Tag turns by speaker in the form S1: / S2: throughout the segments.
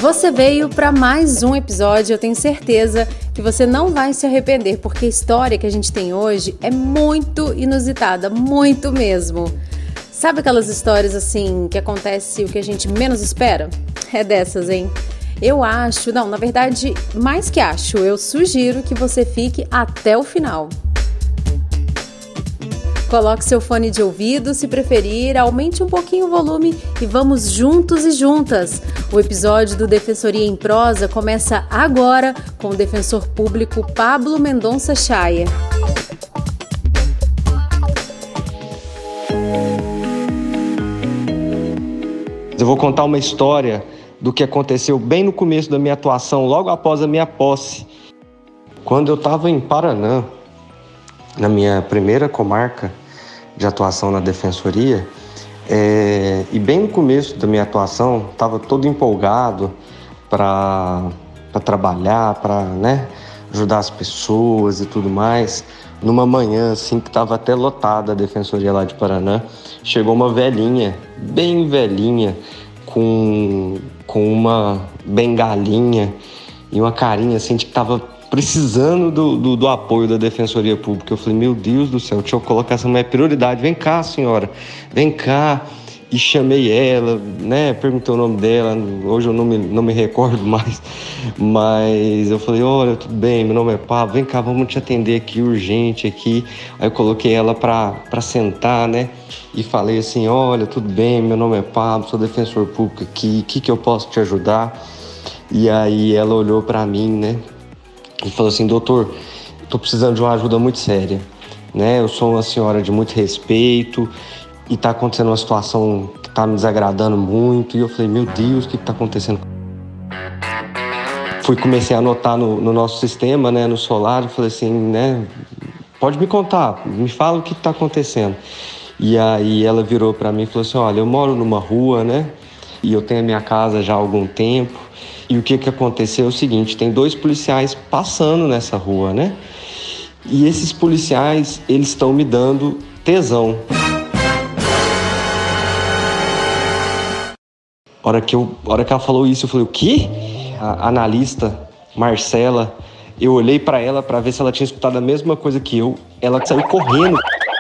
S1: Você veio para mais um episódio, eu tenho certeza que você não vai se arrepender, porque a história que a gente tem hoje é muito inusitada, muito mesmo. Sabe aquelas histórias assim que acontece o que a gente menos espera? É dessas, hein? Eu acho, não, na verdade, mais que acho, eu sugiro que você fique até o final. Coloque seu fone de ouvido, se preferir, aumente um pouquinho o volume e vamos juntos e juntas. O episódio do Defensoria em Prosa começa agora com o defensor público Pablo Mendonça Chaya.
S2: Eu vou contar uma história do que aconteceu bem no começo da minha atuação, logo após a minha posse. Quando eu estava em Paranã, na minha primeira comarca de atuação na Defensoria, e bem no começo da minha atuação, estava todo empolgado para trabalhar, para ajudar as pessoas e tudo mais. Numa manhã, assim, que estava até lotada a Defensoria lá de Paranã, chegou uma velhinha, bem velhinha, com uma bengalinha e uma carinha assim de que estava precisando do apoio da Defensoria Pública. Eu falei, meu Deus do céu, deixa eu colocar essa mulher prioridade. Vem cá, senhora, vem cá. E chamei ela, perguntei o nome dela, hoje eu não me recordo mais, mas eu falei, olha, tudo bem, meu nome é Pablo, vem cá, vamos te atender aqui, urgente aqui. Aí eu coloquei ela para sentar, e falei assim, olha, tudo bem, meu nome é Pablo, sou defensor público aqui, o que eu posso te ajudar? E aí ela olhou para mim, e falou assim, doutor, estou precisando de uma ajuda muito séria, eu sou uma senhora de muito respeito, e está acontecendo uma situação que está me desagradando muito. E eu falei, meu Deus, o que está acontecendo? Comecei a anotar no nosso sistema, no Solar, e falei assim, pode me contar, me fala o que está acontecendo. E aí ela virou para mim e falou assim, olha, eu moro numa rua, e eu tenho a minha casa já há algum tempo. E o que aconteceu é o seguinte, tem 2 policiais passando nessa rua, E esses policiais, eles estão me dando tesão. A hora que ela falou isso, eu falei, o quê? A analista, Marcela, eu olhei pra ela pra ver se ela tinha escutado a mesma coisa que eu. Ela saiu correndo.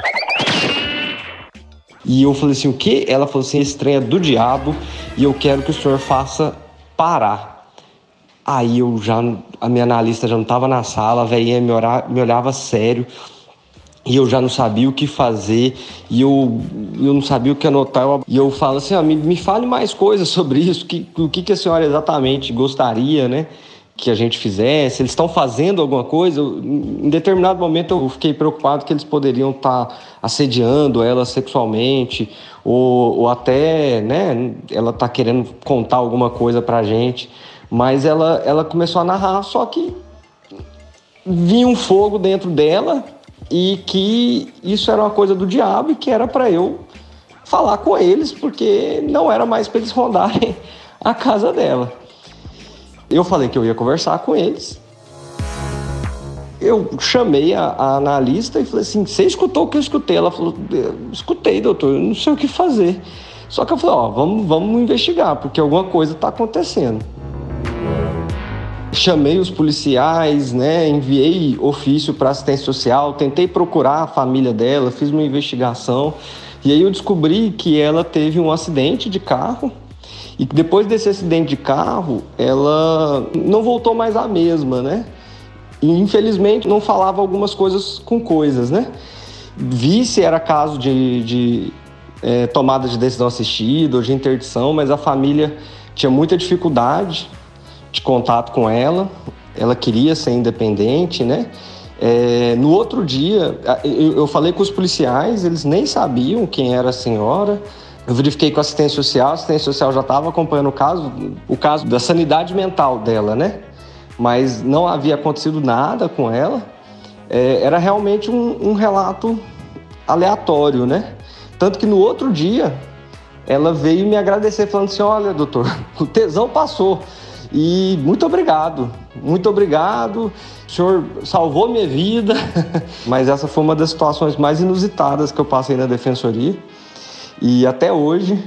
S2: E eu falei assim, o quê? Ela falou assim, esse trem é do diabo e eu quero que o senhor faça parar. Aí a minha analista já não estava na sala, a velhinha me olhava sério. E eu já não sabia o que fazer, e eu não sabia o que anotar. E eu falo assim, me fale mais coisas sobre isso, o que a senhora exatamente gostaria, que a gente fizesse. Eles estão fazendo alguma coisa? Em determinado momento eu fiquei preocupado que eles poderiam estar assediando ela sexualmente, ou até, ela tá querendo contar alguma coisa pra gente. Mas ela começou a narrar, só que vinha um fogo dentro dela, e que isso era uma coisa do diabo e que era para eu falar com eles, porque não era mais para eles rondarem a casa dela. Eu falei que eu ia conversar com eles. Eu chamei a analista e falei assim, você escutou o que eu escutei? Ela falou, escutei, doutor, eu não sei o que fazer. Só que eu falei, vamos investigar, porque alguma coisa está acontecendo. Chamei os policiais, enviei ofício para assistência social, tentei procurar a família dela, fiz uma investigação. E aí eu descobri que ela teve um acidente de carro e depois desse acidente de carro, ela não voltou mais a mesma, E infelizmente não falava algumas coisas com coisas, Vi se era caso de tomada de decisão assistida ou de interdição, mas a família tinha muita dificuldade de contato com ela queria ser independente, No outro dia, eu falei com os policiais, eles nem sabiam quem era a senhora. Eu verifiquei com a assistência social já estava acompanhando o caso da sanidade mental dela, Mas não havia acontecido nada com ela. Era realmente um relato aleatório, Tanto que no outro dia, ela veio me agradecer, falando assim, olha, doutor, o tesão passou. E muito obrigado, o senhor salvou minha vida. Mas essa foi uma das situações mais inusitadas que eu passei na Defensoria. E até hoje,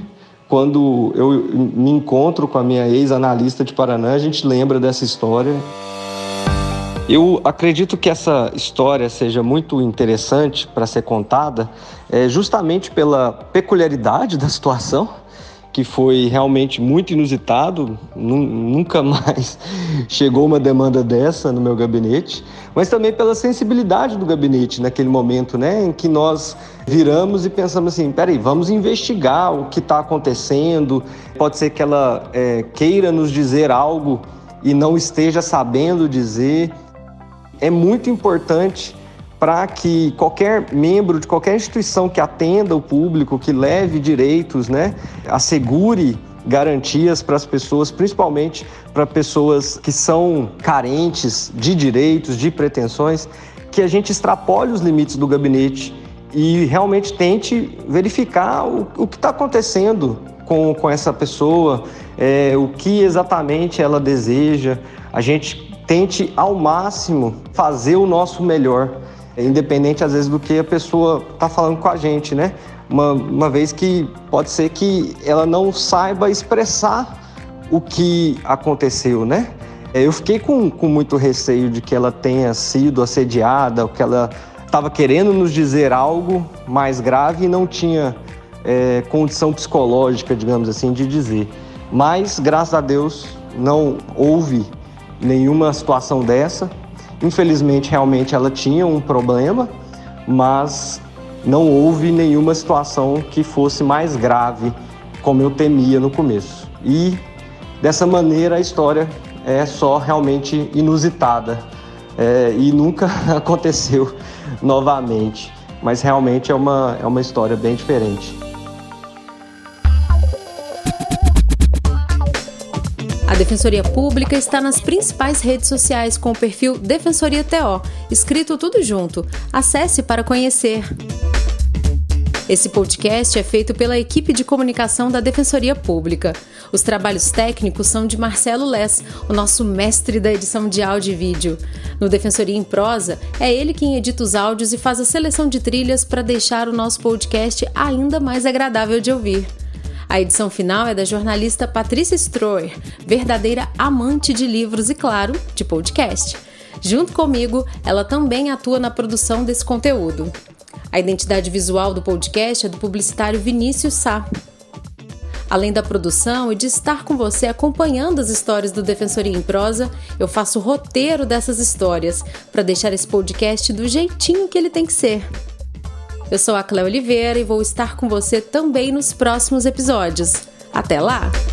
S2: quando eu me encontro com a minha ex-analista de Paraná, a gente lembra dessa história. Eu acredito que essa história seja muito interessante para ser contada, justamente pela peculiaridade da situação, que foi realmente muito inusitado. Nunca mais chegou uma demanda dessa no meu gabinete, mas também pela sensibilidade do gabinete naquele momento, né, em que nós viramos e pensamos assim, peraí, vamos investigar o que está acontecendo, pode ser que ela queira nos dizer algo e não esteja sabendo dizer. É muito importante para que qualquer membro de qualquer instituição que atenda o público, que leve direitos, né, assegure garantias para as pessoas, principalmente para pessoas que são carentes de direitos, de pretensões, que a gente extrapole os limites do gabinete e realmente tente verificar o que está acontecendo com essa pessoa, o que exatamente ela deseja. A gente tente ao máximo fazer o nosso melhor, independente às vezes do que a pessoa está falando com a gente, né? Uma vez que pode ser que ela não saiba expressar o que aconteceu, né? Eu fiquei com muito receio de que ela tenha sido assediada, ou que ela estava querendo nos dizer algo mais grave e não tinha condição psicológica, digamos assim, de dizer. Mas, graças a Deus, não houve nenhuma situação dessa. Infelizmente, realmente ela tinha um problema, mas não houve nenhuma situação que fosse mais grave, como eu temia no começo. E dessa maneira a história é só realmente inusitada e nunca aconteceu novamente, mas realmente é uma história bem diferente.
S1: A Defensoria Pública está nas principais redes sociais com o perfil Defensoria TO, escrito tudo junto. Acesse para conhecer. Esse podcast é feito pela equipe de comunicação da Defensoria Pública. Os trabalhos técnicos são de Marcelo Less, o nosso mestre da edição de áudio e vídeo. No Defensoria em Prosa, é ele quem edita os áudios e faz a seleção de trilhas para deixar o nosso podcast ainda mais agradável de ouvir. A edição final é da jornalista Patrícia Stroer, verdadeira amante de livros e, claro, de podcast. Junto comigo, ela também atua na produção desse conteúdo. A identidade visual do podcast é do publicitário Vinícius Sá. Além da produção e de estar com você acompanhando as histórias do Defensoria em Prosa, eu faço o roteiro dessas histórias para deixar esse podcast do jeitinho que ele tem que ser. Eu sou a Cléo Oliveira e vou estar com você também nos próximos episódios. Até lá!